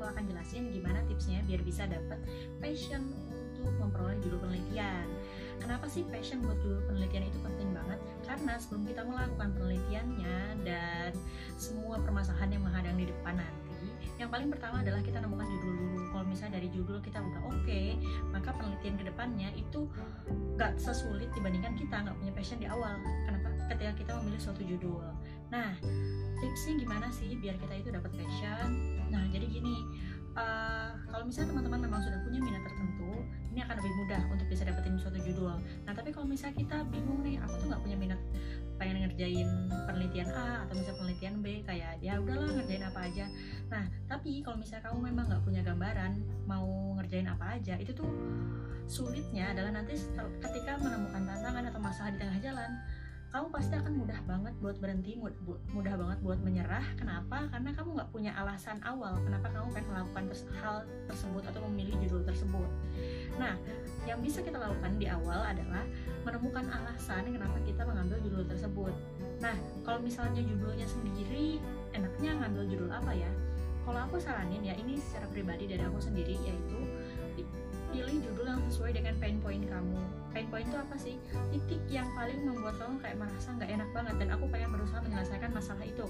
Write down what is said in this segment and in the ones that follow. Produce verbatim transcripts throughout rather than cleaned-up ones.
akan jelasin gimana tipsnya biar bisa dapat passion untuk memperoleh judul penelitian. Kenapa sih passion buat judul penelitian itu penting banget? Karena sebelum kita melakukan penelitiannya dan semua permasalahan yang menghadang di depan nanti, yang paling pertama adalah kita nemukan judul dulu. Kalau misalnya dari judul kita udah oke, okay, maka penelitian kedepannya itu gak sesulit dibandingkan kita nggak punya passion di awal. Kenapa? Ketika kita memilih suatu judul. Nah, tipsnya gimana sih biar kita itu dapat passion? Nah, jadi gini, uh, kalau misalnya teman-teman memang sudah punya minat tertentu, ini akan lebih mudah untuk bisa dapetin suatu judul. Nah, tapi kalau misalnya kita bingung nih, aku tuh nggak punya minat, pengen ngerjain penelitian A atau misalnya penelitian B, kayak ya udahlah ngerjain apa aja. Nah, tapi kalau misalnya kamu memang nggak punya gambaran mau ngerjain apa aja, itu tuh sulitnya adalah nanti ketika menemukan tantangan atau masalah di tengah jalan, kamu pasti akan mudah banget buat berhenti, mudah banget buat menyerah. Kenapa? Karena kamu nggak punya alasan awal kenapa kamu pengen melakukan hal tersebut atau memilih judul tersebut. Nah, yang bisa kita lakukan di awal adalah menemukan alasan kenapa kita mengambil judul tersebut. Nah, kalau misalnya judulnya sendiri, enaknya ngambil judul apa ya? Kalau aku saranin ya, ini secara pribadi dari aku sendiri, yaitu pilih judul yang sesuai dengan pain point kamu. Pain point itu apa sih? Titik yang paling membuat kamu kayak merasa nggak enak banget dan aku pengen berusaha menyelesaikan masalah itu.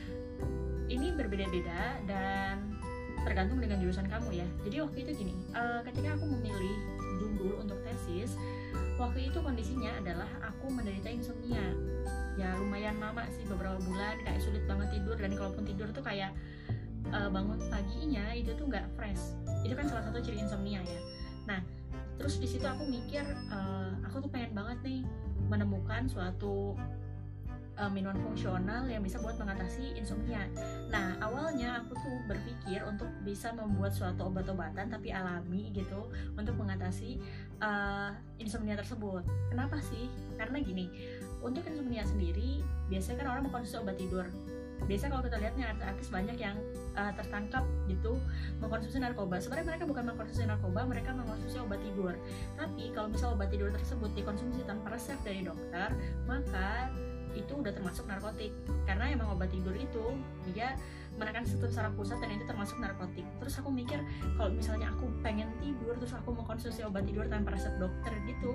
Ini berbeda-beda dan tergantung dengan jurusan kamu ya. Jadi waktu itu gini, uh, ketika aku memilih judul untuk tesis, waktu itu kondisinya adalah aku menderita insomnia. Ya lumayan lama sih, beberapa bulan, kayak sulit banget tidur, dan kalaupun tidur tuh kayak uh, bangun paginya itu tuh nggak fresh. Itu kan salah satu ciri insomnia ya. Nah, terus di situ aku mikir, uh, aku tuh pengen banget nih menemukan suatu uh, minuman fungsional yang bisa buat mengatasi insomnia. Nah, awalnya aku tuh berpikir untuk bisa membuat suatu obat-obatan tapi alami gitu untuk mengatasi uh, insomnia tersebut. Kenapa sih? Karena gini, untuk insomnia sendiri biasanya kan orang mengkonsumsi obat tidur. Biasanya kalau kita lihat nih artis-artis banyak yang uh, tertangkap gitu mengkonsumsi narkoba. Sebenarnya mereka bukan mengkonsumsi narkoba, mereka mengkonsumsi obat tidur. Tapi kalau misal obat tidur tersebut dikonsumsi tanpa resep dari dokter, maka itu udah termasuk narkotik. Karena emang obat tidur itu dia menekan struktur saraf pusat dan itu termasuk narkotik. Terus aku mikir, kalau misalnya aku pengen tidur terus aku mengkonsumsi obat tidur tanpa resep dokter gitu,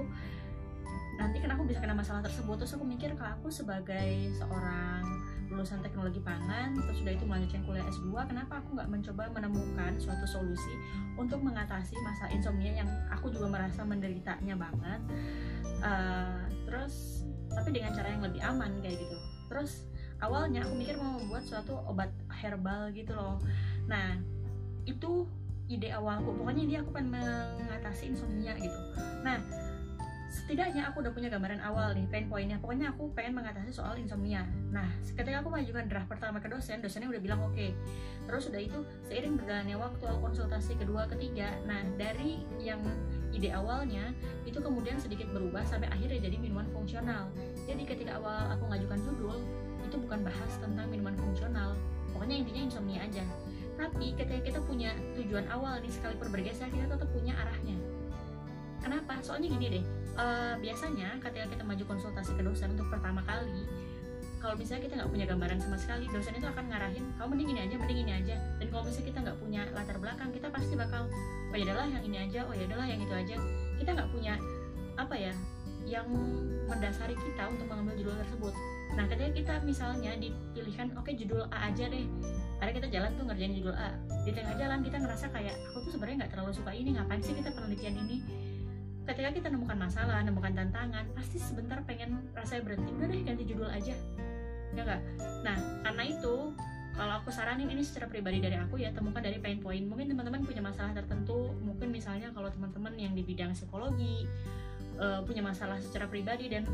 nanti kan aku bisa kena masalah tersebut. Terus aku mikir, kalau aku sebagai seorang lulusan teknologi pangan, terus sudah itu melanjutkan kuliah S dua, kenapa aku nggak mencoba menemukan suatu solusi untuk mengatasi masalah insomnia yang aku juga merasa menderitanya banget, uh, terus tapi dengan cara yang lebih aman kayak gitu. Terus awalnya aku mikir mau membuat suatu obat herbal gitu loh. Nah, itu ide awalku, pokoknya dia aku pengen mengatasi insomnia gitu. Nah, setidaknya aku udah punya gambaran awal nih, pain pointnya. Pokoknya aku pengen mengatasi soal insomnia. Nah, ketika aku mengajukan draft pertama ke dosen, dosennya udah bilang oke. Okay. Terus udah itu, seiring berjalannya waktu, aku konsultasi kedua, ketiga. Nah, dari yang ide awalnya, itu kemudian sedikit berubah sampai akhirnya jadi minuman fungsional. Jadi ketika awal aku mengajukan judul, itu bukan bahas tentang minuman fungsional. Pokoknya intinya insomnia aja. Tapi ketika kita punya tujuan awal nih, sekalipun bergeser, kita tetap punya arahnya. Kenapa? Soalnya gini deh, uh, biasanya ketika kita maju konsultasi ke dosen untuk pertama kali, kalau misalnya kita nggak punya gambaran sama sekali, dosen itu akan ngarahin, kamu mending ini aja, mending ini aja. Dan kalau misalnya kita nggak punya latar belakang, kita pasti bakal, oh ya adalah yang ini aja, oh ya adalah yang itu aja. Kita nggak punya apa ya, yang mendasari kita untuk mengambil judul tersebut. Nah, ketika kita misalnya dipilihkan, oke okay, judul A aja deh, ada kita jalan tuh ngerjain judul A, di tengah jalan kita ngerasa kayak, aku tuh sebenarnya nggak terlalu suka ini, ngapain sih kita penelitian ini? Ketika kita nemukan masalah, nemukan tantangan, pasti sebentar pengen rasanya berhenti, udah deh ganti judul aja, ya nggak? Nah, karena itu, kalau aku saranin, ini secara pribadi dari aku ya, temukan dari pain point. Mungkin teman-teman punya masalah tertentu, mungkin misalnya kalau teman-teman yang di bidang psikologi, uh, punya masalah secara pribadi dan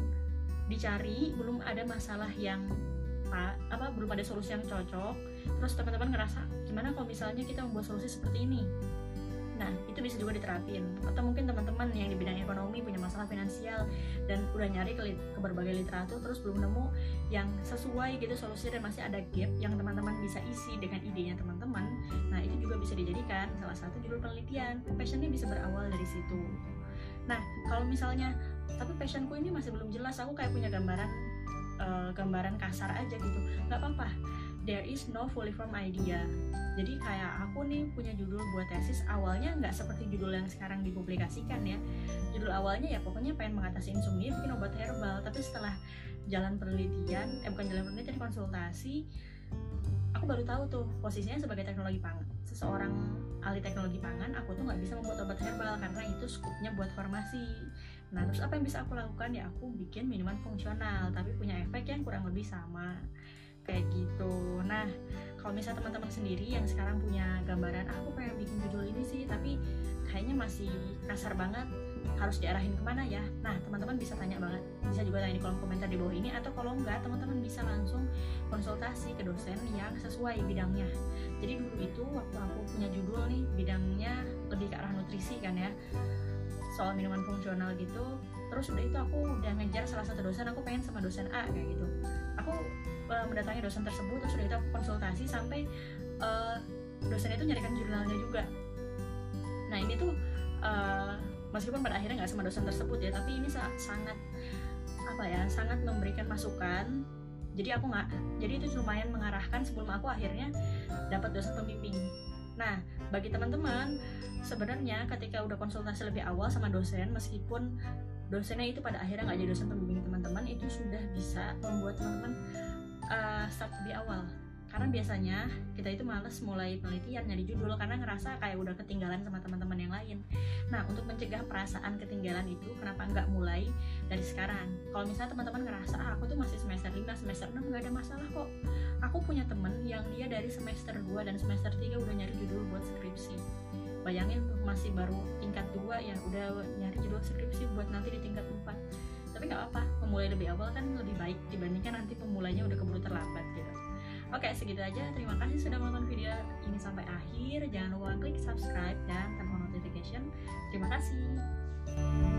dicari, belum ada masalah yang apa, apa belum ada solusi yang cocok, terus teman-teman ngerasa, gimana kalau misalnya kita membuat solusi seperti ini? Nah, itu bisa juga diterapin. Atau mungkin teman-teman yang di bidang ekonomi punya masalah finansial dan udah nyari ke, ke berbagai literatur terus belum nemu yang sesuai gitu solusi dan masih ada gap yang teman-teman bisa isi dengan idenya teman-teman. Nah, itu juga bisa dijadikan salah satu judul penelitian. Passionnya bisa berawal dari situ. Nah, kalau misalnya tapi passionku ini masih belum jelas, aku kayak punya gambaran uh, gambaran kasar aja gitu, nggak apa-apa. there is no fully formed idea. Jadi kayak aku nih punya judul buat tesis, awalnya nggak seperti judul yang sekarang dipublikasikan ya. Judul awalnya ya pokoknya pengen mengatasi insomnia, bikin obat herbal. Tapi setelah jalan penelitian, eh bukan jalan penelitian, konsultasi, aku baru tahu tuh posisinya sebagai teknologi pangan. Seseorang ahli teknologi pangan, aku tuh nggak bisa membuat obat herbal karena itu skupnya buat farmasi. Nah terus apa yang bisa aku lakukan? Ya aku bikin minuman fungsional tapi punya efek yang kurang lebih sama kayak gitu. Nah kalau misalnya teman-teman sendiri yang sekarang punya gambaran, ah, aku pengen bikin judul ini sih tapi kayaknya masih kasar banget, harus diarahin kemana ya? Nah teman-teman bisa tanya banget, bisa juga tanya di kolom komentar di bawah ini, atau kalau enggak teman-teman bisa langsung konsultasi ke dosen yang sesuai bidangnya. Jadi dulu itu waktu aku punya judul nih, bidangnya lebih ke arah nutrisi kan ya, soal minuman fungsional gitu. Terus udah itu aku udah ngejar salah satu dosen, aku pengen sama dosen A kayak gitu. Aku uh, mendatangi dosen tersebut, terus udah itu aku konsultasi sampai uh, dosen itu nyarikan jurnalnya juga. Nah ini tuh uh, meskipun pada akhirnya nggak sama dosen tersebut ya, tapi ini sangat apa ya, sangat memberikan masukan. Jadi aku nggak, jadi itu lumayan mengarahkan sebelum aku akhirnya dapat dosen pembimbing. Nah bagi teman-teman sebenarnya ketika udah konsultasi lebih awal sama dosen, meskipun dosennya itu pada akhirnya nggak jadi dosen pembimbing teman-teman, itu sudah bisa membuat teman-teman uh, start lebih awal. Karena biasanya kita itu males mulai penelitian nyari judul karena ngerasa kayak udah ketinggalan sama teman-teman yang lain. Nah untuk mencegah perasaan ketinggalan itu, kenapa nggak mulai dari sekarang? Kalau misalnya teman-teman ngerasa ah, aku tuh masih semester lima, semester enam nggak ada masalah kok. Aku punya temen yang dia dari semester dua dan semester tiga udah nyari judul buat skripsi. Bayangin tuh masih baru tingkat dua ya udah nyari judul skripsi buat nanti di tingkat empat. Tapi nggak apa, memulai lebih awal kan lebih baik dibandingkan nanti pemulainya udah keburu terlambat gitu. Oke, segitu aja. Terima kasih sudah menonton video ini sampai akhir. Jangan lupa klik subscribe dan turn on notification. Terima kasih.